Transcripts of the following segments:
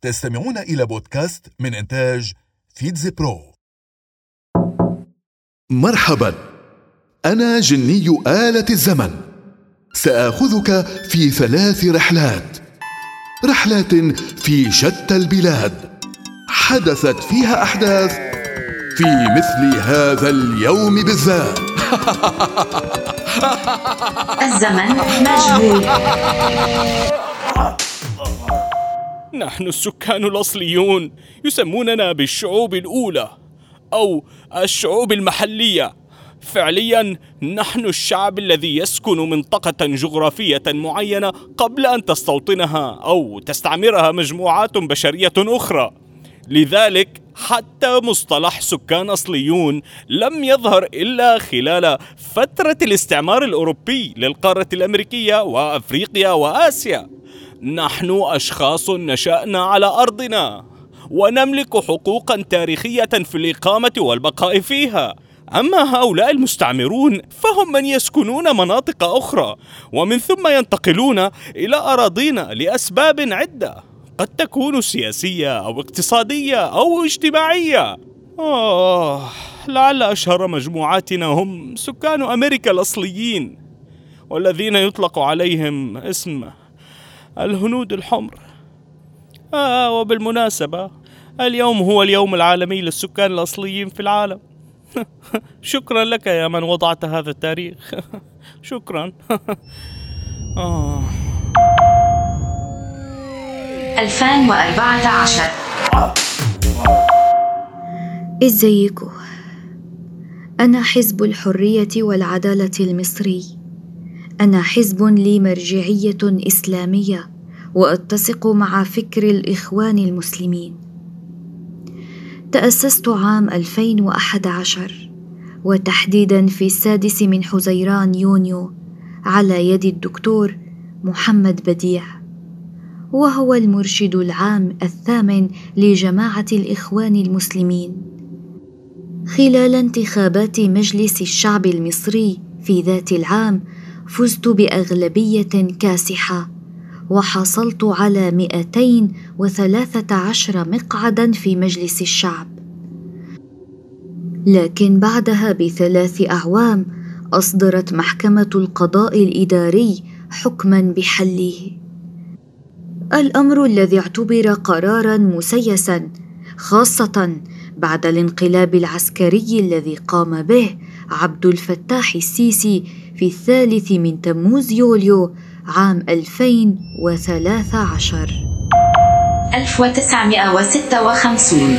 تستمعون إلى بودكاست من إنتاج فيتز برو. مرحبا، أنا جني آلة الزمن. سآخذك في 3 رحلات في شتى البلاد، حدثت فيها أحداث في مثل هذا اليوم بالذات. الزمن مجهول. نحن السكان الأصليون يسموننا بالشعوب الأولى أو الشعوب المحلية. فعليا نحن الشعب الذي يسكن منطقة جغرافية معينة قبل أن تستوطنها أو تستعمرها مجموعات بشرية أخرى. لذلك حتى مصطلح سكان أصليون لم يظهر إلا خلال فترة الاستعمار الأوروبي للقارة الأمريكية وأفريقيا وآسيا. نحن أشخاص نشأنا على أرضنا ونملك حقوقا تاريخية في الإقامة والبقاء فيها. أما هؤلاء المستعمرون فهم من يسكنون مناطق أخرى ومن ثم ينتقلون إلى أراضينا لأسباب عدة، قد تكون سياسية أو اقتصادية أو اجتماعية. لعل أشهر مجموعاتنا هم سكان أمريكا الأصليين، والذين يطلق عليهم اسم الهنود الحمر. وبالمناسبة اليوم هو اليوم العالمي للسكان الأصليين في العالم. شكرا لك يا من وضعت هذا التاريخ. شكرا. 2014. ازيكم؟ أنا حزب الحرية والعدالة المصري. أنا حزب لي مرجعية إسلامية وأتسق مع فكر الإخوان المسلمين. تأسست عام 2011 وتحديداً في 6 من حزيران يونيو على يد الدكتور محمد بديع، وهو المرشد العام 8 لجماعة الإخوان المسلمين. خلال انتخابات مجلس الشعب المصري في ذات العام فزت بأغلبية كاسحة وحصلت على 213 مقعداً في مجلس الشعب. لكن بعدها ب3 أعوام أصدرت محكمة القضاء الإداري حكماً بحله، الأمر الذي اعتبر قراراً مسيساً، خاصة بعد الانقلاب العسكري الذي قام به عبد الفتاح السيسي في 3 من تموز يوليو عام 2013. 1956.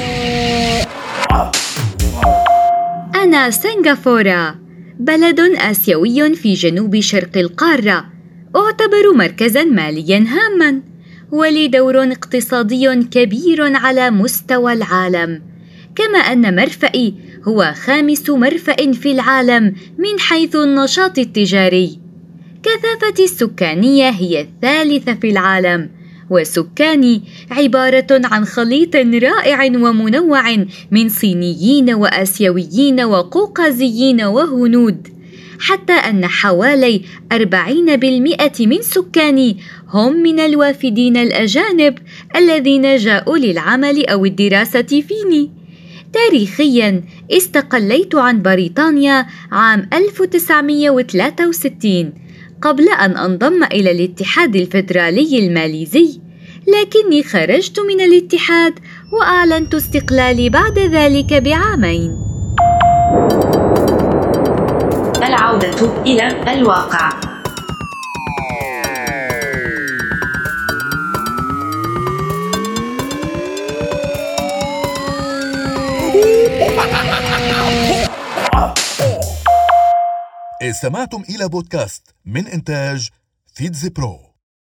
أنا سنغافورة، بلد آسيوي في جنوب شرق القارة، أعتبر مركزاً مالياً هاماً ولي دور اقتصادي كبير على مستوى العالم، كما أن مرفأي هو 5 مرفأ في العالم من حيث النشاط التجاري. كثافتي السكانية هي 3 في العالم، وسكاني عبارة عن خليط رائع ومنوع من صينيين وآسيويين وقوقازيين وهنود، حتى أن حوالي 40% من سكاني هم من الوافدين الأجانب الذين جاءوا للعمل أو الدراسة فيني. تاريخياً استقليت عن بريطانيا عام 1963 قبل أن أنضم إلى الاتحاد الفيدرالي الماليزي، لكني خرجت من الاتحاد وأعلنت استقلالي بعد ذلك ب2 عام. العودة إلى الواقع. استمعتم إلى بودكاست من إنتاج فيتز برو.